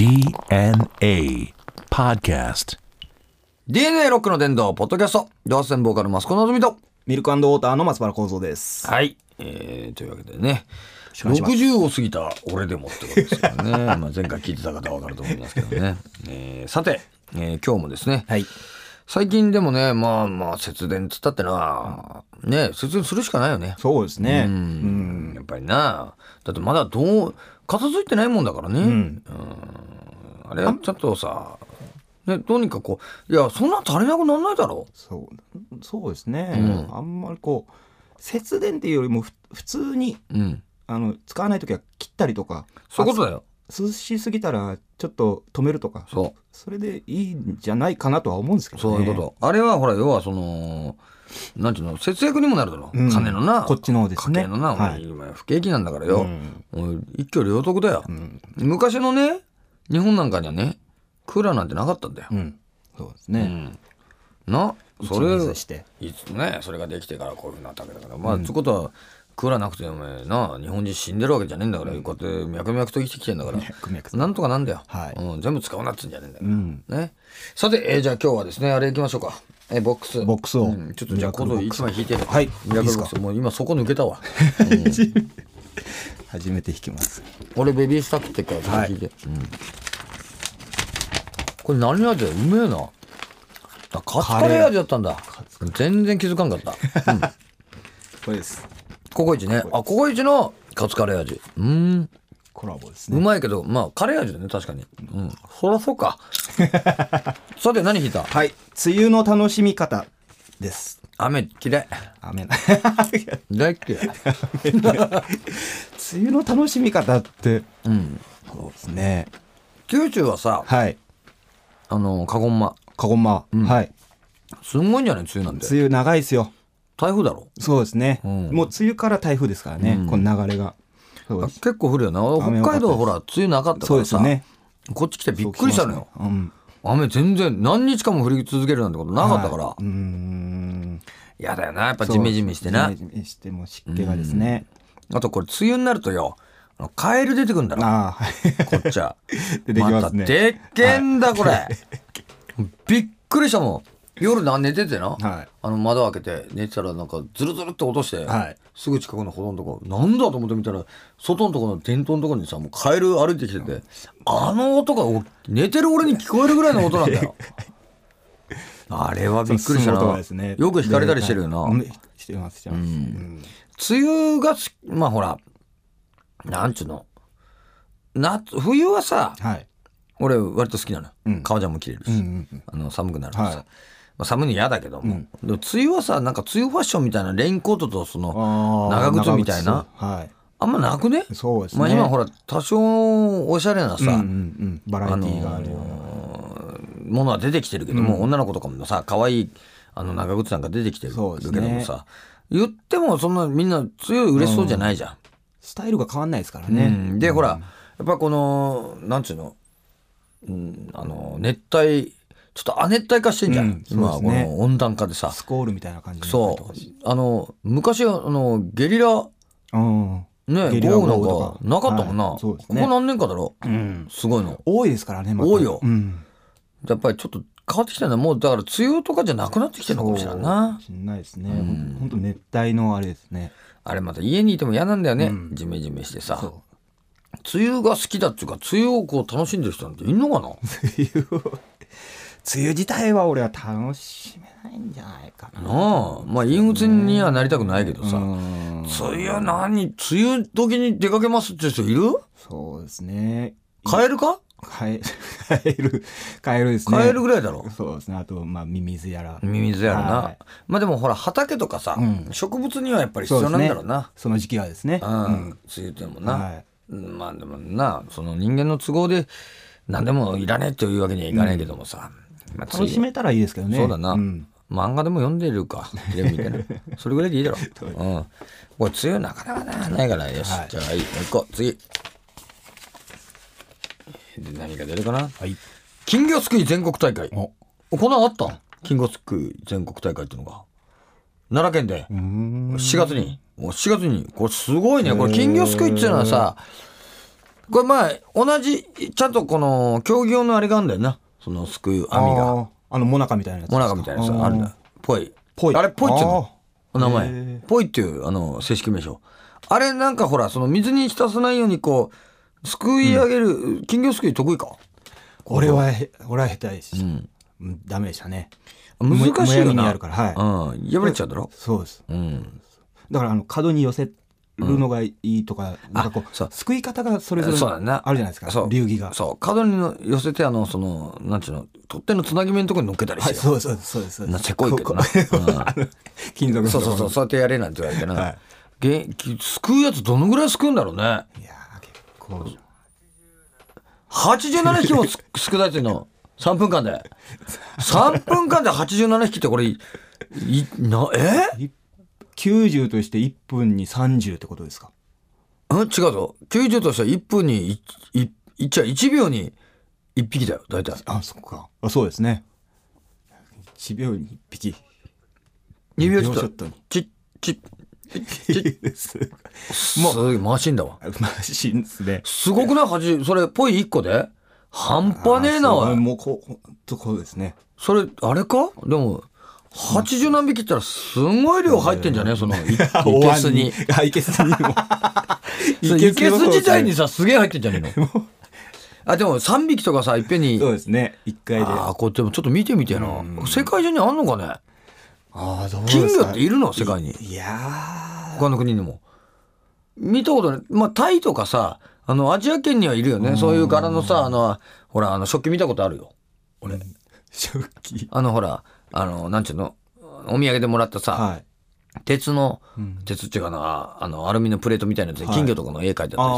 DNA Podcast. DNA ロックの伝道ポッドキャスト、ドアステンボーカルマスコのぞみとミルクウォーターの松原幸三です。 はい、というわけでね、 お願いします 60を過ぎた俺でもってことですからねまあ前回聞いてた方は分かると思いますけどね、さて、今日もですね、 はい。 最近でもね、まあ節電つったってな、ね、節電するしかないよね。 そうですね。 やっぱりな、だってまだ片付いてないもんだからね、あれはちょっとさ、ね、どうにかこう、いやそんな足りなくならないだろそうですね。あんまりこう節電っていうよりも普通に、使わないときは切ったりとか、 そういうことだよ。 涼しすぎたらちょっと止めるとか、それでいいんじゃないかなとは思うんですけどね。 そういうこと。あれはほら、要はそのなんていうの、節約にもなるだろ、金のな、 こっちの方ですね。 家計のな、 はい、 今不景気なんだからよ、一挙両得だよ、昔のね日本なんかにはねクーラーなんてなかったんだよ、 そうですね、 な、それしていつね、それができてからこういうふうになったわけだから、まあつうことはクーラーなくてお前な、日本人死んでるわけじゃねえんだから、こうやって脈々と生きてきてんだから、なんとかなんだよ、全部使うなっつうんじゃねえんだよ、ね。さて、じゃあ今日はですね、あれ行きましょうか、ボックスを、ちょっとじゃあ今度1枚引いて、 はい、 ミラクルボックス、もう今そこ抜けたわ、 初めて引きます。 俺ベビースタッフってから引いて、これ何味だよ、うめえな、カツカレー味だったんだ、全然気づかんかった、 これです。 ココイチね、ココイチのカツカレー味、 コラボですね。 うまいけど、まあカレー味だね、確かに、そりゃそうかさて何引いた？ はい、梅雨の楽しみ方です。 雨嫌い、 雨大嫌い梅雨の楽しみ方って、そうですね。 九州はさ、 はい、 カゴンマ、 はい、 すんごいんじゃない、梅雨なんて。 梅雨長いですよ。 台風だろ。 そうですね、もう梅雨から台風ですからね、この流れが。そうです。 結構降るよな。北海道はほら梅雨なかったからさ、 そうですよね、 こっち来てびっくりしたのよ、雨全然何日間も降り続けるなんてことなかったから、やだよな、やっぱジメジメしてな、 ジメジメしても湿気がですね、 あとこれ梅雨になるとよ、カエル出てくんだろ、こっちは出てきますね、 またでっけんだこれ、びっくりしたもん。夜寝ててな、窓開けて寝てたらなんかズルズルって落として、すぐ近くの歩道のとこなんだと思ってみたら、外のところの電灯のところにさ、もうカエル歩いてきてて、あの音が寝てる俺に聞こえるぐらいの音なんだよあれはびっくりしたな、よく引かれたりしてるよな。 してます、 梅雨がまあほらなんちゅうの、冬はさ、俺割と好きなの、革ジャンも着れるし、寒くなるとさ、寒いの嫌だけども、でも梅雨はさ、なんか梅雨ファッションみたいな、レインコートとその長靴みたいな、あんまなくね。 そうですね。 まあ今ほら多少おしゃれなさ、 バラエティーがあるようなものは出てきてるけども、女の子とかもさ、可愛い長靴なんか出てきてるけどもさ、言ってもそんなみんな梅雨嬉しそうじゃないじゃん、 スタイルが変わんないですからね、 でほらやっぱこのなんちゅうの、熱帯ちょっと亜熱帯化してんじゃん、今この温暖化でさ、 スコールみたいな感じで、 そう昔ゲリラ豪雨なんかなかったもんな、ここ何年かだろ、すごいの多いですからね、 多いよ、やっぱりちょっと変わってきたんだ、もうだから梅雨とかじゃなくなってきてるのかもしれないな。 しんないですね、本当熱帯のあれですね。 あれまた家にいても嫌なんだよね、ジメジメしてさ。梅雨が好きだっていうか、梅雨をこう楽しんでる人なんていんのかな梅雨自体は俺は楽しめないんじゃないかな。 まあ陰鬱にはなりたくないけどさ、梅雨時に出かけますって人いる？ そうですね。 カエルか？ カエルですね。 カエルぐらいだろ。 そうですね。あとミミズやらな、まあでもほら畑とかさ、植物にはやっぱり必要なんだろうな、 その時期はですね、 梅雨ってもな、まあでもな、その人間の都合で何でもいらねえというわけにはいかないけどもさ、 楽しめたらいいですけどね。 そうだな、漫画でも読んでるかみたいなそれぐらいでいいだろこれ梅雨なかなかないから、よし、じゃあもう一個次で何が出るかな、金魚すくい全国大会、こんあった金魚すくい全国大会っていうのが奈良県で4月にこれすごいね、これ金魚すくいっていうのはさ、 これまあ同じちゃんとこの競技用のあれがあるんだよな、そのすくう網がモナカみたいなやつ。 モナカみたいなやつあるんだ。ぽいあれぽいっていうの名前ぽいっていう正式名称。あれなんかほらその水に浸さないようにこうすくい上げる、金魚すくい得意か？ 俺は下手です、ダメでしたね。 難しいよな。 にあるから、 破れちゃうだろ。 そうです、だから角に寄せるのがいいとか、なんかこうすくい方がそれぞれあるじゃないですか、流儀が。 そう角に寄せてそのなんちゅうの取っ手のつなぎ目のところに乗っけたりして、 そうですせこいけどな、 金属のそうやってやれなんて言われてな、すくうやつどのぐらいすくうんだろうね。いや結構 87匹もすくだっていうの3分間で3分間で87匹ってこれ 90として1分に30ってことですか？ 違うぞ。90としては1分に1秒に1匹だよ大体。 そっか。そうですね。1秒に1匹。 2秒ちょっともうマシンだわ。 マシンですね。 すごくない？それぽい1個で半端ねえな。 もうこうですね。 それあれか？でも80何匹って言ったらすごい量入ってんじゃね？そのいけすに。いけすにも。 いけす自体にさすげえ入ってんじゃねえの？でも3匹とかさいっぺんに。 そうですね。1回で。 これでもちょっと見てみてな。世界中にあんのかね？金魚っているの？世界に。 いや他の国にも見たことない。まあタイとかさアジア圏にはいるよね。そういう柄のさほら食器見たことあるよ俺。 食器ほらなんちゅうのお土産でもらったさ、鉄っていうかなアルミのプレートみたいなやつで金魚とかの絵描いてあったりしたから、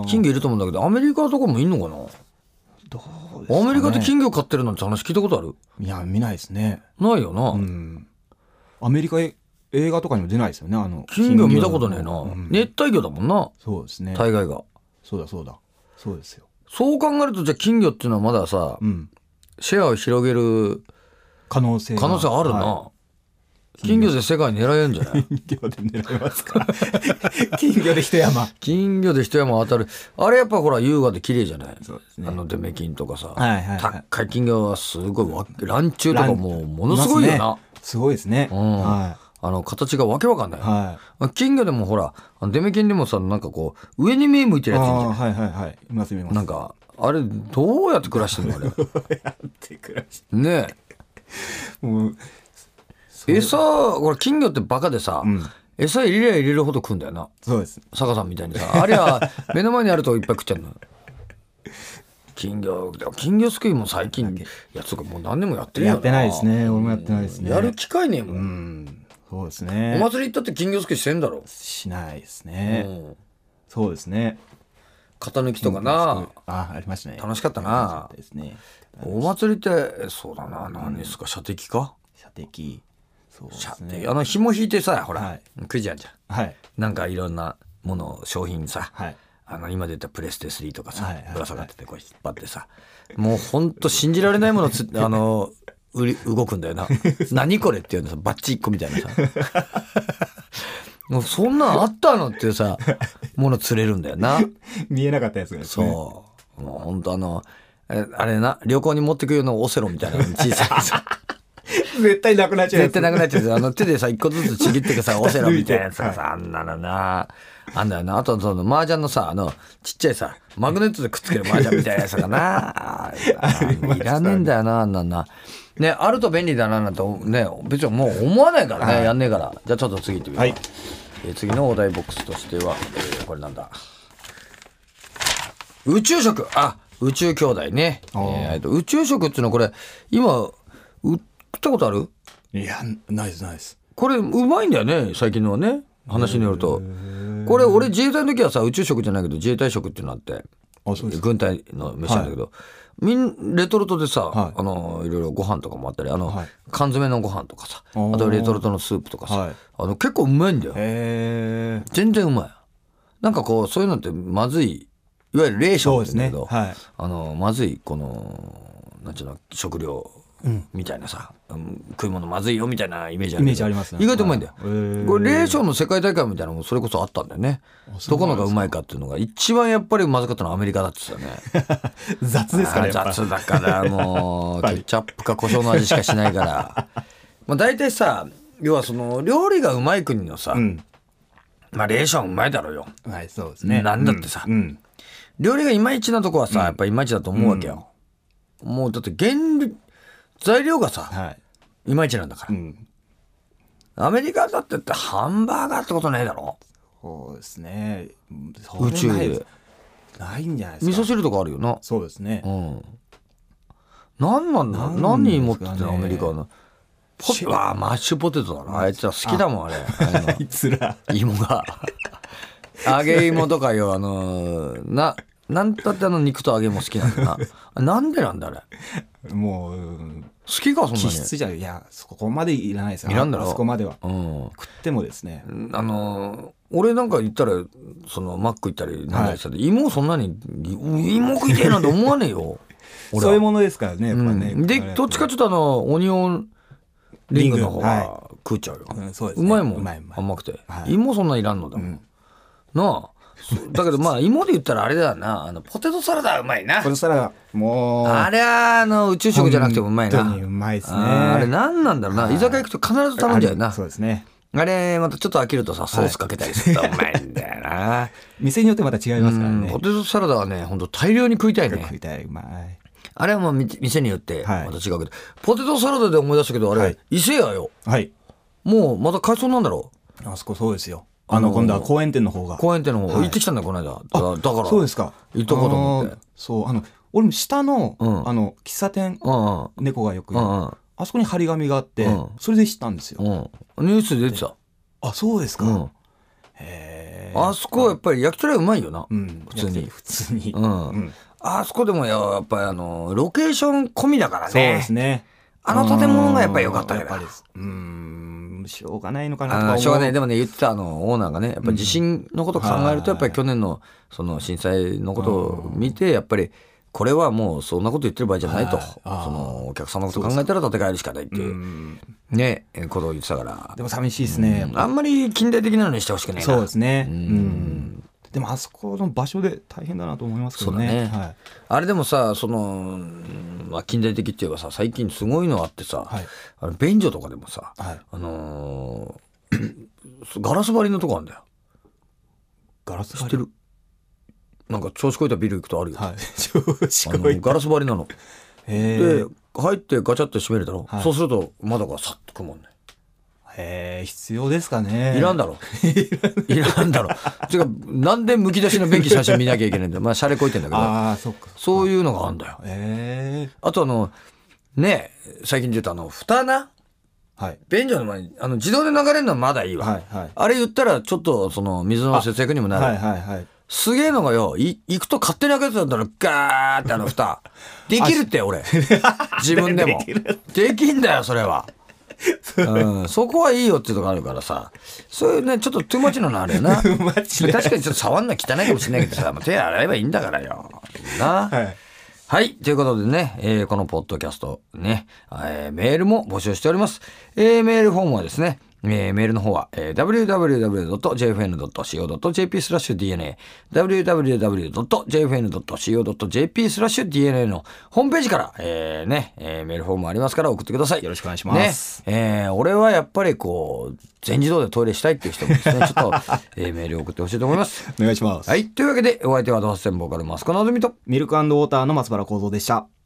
金魚いると思うんだけどアメリカとかもいんのかな？ どうですかね。 アメリカで金魚飼ってるなんて話聞いたことある？ いや見ないですね。 ないよな。 アメリカ映画とかにも出ないですよね。 金魚見たことねえな。熱帯魚だもんな。 そうですね。 大概が。 そうですよ。 そう考えるとじゃあ金魚っていうのはまださ、シェアを広げる可能性あるな。金魚で世界狙えるんじゃない？ 金魚で狙えますか？金魚で一山。 金魚で一山当たる。あれやっぱほら優雅で綺麗じゃない？ そうですね。 デメキンとかさ、 高い金魚はすごい卵中とかものすごいよな。 すごいですね。 形がわけわかんない。金魚でもほらデメキンでもさなんかこう上に目向いてるやついるじゃん。 います。 なんかあれどうやって暮らしてるのあれ？ どうやって暮らしてるねえ。もう餌これ金魚ってバカでさ、餌入れりゃ入れるほど食うんだよな。 そうです。 坂さんみたいにさあれは目の前にあるといっぱい食っちゃうの。金魚すくいも最近やつがもう何年もやってるよな。 やってないですね。俺もやってないですね。 やる機会ねえもん。 そうですね。 お祭り行ったって金魚すくいしてんだろ？ しないですね。そうですね。 型抜きとかな。 ありましたね。 楽しかったな。お祭りってそうだな。何ですか？射的か？ 射的。そうですね。 紐引いてさほらくじあんじゃん。 なんかいろんなもの商品さ。今出たプレステ3とかさぶら下がっててこう引っ張ってさもうほんと信じられないもの動くんだよな。何これっていうのさバッチ1個みたいなさもうそんなんあったのっていうさもの釣れるんだよな。 見えなかったやつがですね。 そうもうほんとあれな旅行に持ってくようなオセロみたいな小さいさ絶対なくなっちゃう。 絶対なくなっちゃう。手でさ一個ずつちぎってくさオセロみたいなやつがさあんなのなあんだよな。あとその麻雀のさちっちゃいさマグネットでくっつける麻雀みたいなやつがないらねえんだよなあんなんな。ねあると便利だななんてね別にもう思わないからねやんねえから。じゃあちょっと次行ってみよう。次のお題ボックスとしてはこれなんだ宇宙食宇宙兄弟ね。宇宙食っていうのはこれ今食ったことある？ いやないですこれうまいんだよね最近のはね話によると。これ俺自衛隊の時はさ宇宙食じゃないけど自衛隊食っていうのあって軍隊の飯なんだけど、レトルトでさ、いろいろご飯とかもあったり缶詰のご飯とかさあとレトルトのスープとかさ、結構うまいんだよ。全然うまい。なんかこうそういうのってまずいいわゆるレーションって言うんだけど、まずいこのなんちゅうの食料みたいなさ、食い物まずいよみたいなイメージある。 イメージありますね。 意外とうまいんだよ。これレーションの世界大会みたいなのもそれこそあったんだよね。どこのがうまいかっていうのが一番やっぱりまずかったのはアメリカだって言ってたね。 雑ですかね。 雑だからもうケチャップか胡椒の味しかしないからまあ大体さ、要はその料理がうまい国のさ、まあレーションうまいだろうよ。 はい、そうですね。 なんだってさ、料理がいまいちなとこはさ、やっぱいまいちだと思うわけよ。もうだって材料がさ、いまいちなんだから。アメリカだってハンバーガーってことないだろ。 そうですね。 宇宙でないんじゃないですか。 味噌汁とかあるよな。 そうですね。 何なんだ。何持ってたのアメリカの。マッシュポテトだな。あいつら好きだもんあれ。 あいつら芋が揚げ芋とかよ、なんだって肉と揚げ芋好きなんだな。なんでなんだあれ。 もう好きかそんなに。 気質じゃ、いやそこまでいらないですよ。 いらんだろ。 あそこまでは、食ってもですね。 俺なんか言ったらそのマック行ったりなんだりしたら、芋そんなに芋食いてえなんて思わねえよ。 そういうものですからね、やっぱね。 でどっちかちょっとオニオンリングの方が食っちゃうよ。うまいもん、甘くて。芋そんないらんのだもんなあ。だけどまあ芋で言ったらあれだよな、ポテトサラダはうまいな。 ポテトサラダもうあれは宇宙食じゃなくてもうまいな。 本当にうまいですね。 あれ何なんだろうな。居酒屋行くと必ず頼んじゃうな。 そうですね。 あれまたちょっと飽きるとさソースかけたりするとうまいんだよな。 店によってまた違いますからね。 ポテトサラダはねほんと大量に食いたいね。 食いたい、うまい。 あれはもう店によってまた違うけど、ポテトサラダで思い出したけどあれ、伊勢屋よ。もうまた改装なんだろう。 あそこそうですよ。今度は公園店の方が。 公園店の方、行ってきたんだよこの間。だからそうですか。 行っとこうと思って。 そう俺も下の喫茶店、猫がよくあそこに張り紙があって、それで知ったんですよ。 ニュースで出てた。 あ、そうですか。 あそこやっぱり焼き鳥はうまいよな。普通に。あそこでもやっぱりロケーション込みだからね。 そうですね。 建物がやっぱり良かったよ。 しょうがないのかなとか思う。 しょうがない。でもね言ってたオーナーがね、やっぱ地震のことを考えるとやっぱり去年のその震災のことを見て、やっぱりこれはもうそんなこと言ってる場合じゃないと、そのお客さんのことを考えたら建て替えるしかないっていうねことを言ってたから。 でも寂しいですね。 あんまり近代的なのにしてほしくないな。 そうですね。でもあそこの場所で大変だなと思いますけどね。 あれでもさ、近代的っていうかさ、最近すごいのあってさ、便所とかでもさ、ガラス張りのとこあるんだよ。 ガラス張り？ 知ってる？なんか調子こいたビル行くとあるよ。 調子こいた。 ガラス張りなの。で入ってガチャッと閉めるだろ。そうすると窓がさっと曇るね。 必要ですかね。 いらんだろ。いらんだろ。違う、なんでむき出しの便器写真見なきゃいけないんだよ。まあシャレこいてんだけど。そういうのがあるんだよ。あとね、最近出た蓋な。便所の前に自動で流れるのはまだいいわ。あれ言ったらちょっと水の節約にもなる。すげえのがよ、行くと勝手に開けてたんだろ、ガーって蓋。できるって俺。自分でも。できんだよ、それは。そこはいいよっていうとこあるからさ、そういうねちょっとトゥーマッチなのあるよな。確かにちょっと触んの汚いかもしれないけどさ、手洗えばいいんだからよな。はい、ということでね、このポッドキャストね、メールも募集しております。メールフォームはですね、メールの方は、www.jfn.co.jp/dna www.jfn.co.jp/dna のホームページから、メールフォームありますから送ってください。 よろしくお願いします。 俺はやっぱり全自動でトイレしたいっていう人もですね、ちょっと、メールを送ってほしいと思います。 お願いします。 はい、というわけでお相手はドハッセンボーカルマスコのぞみとミルク&ウォーターの松原幸三でした。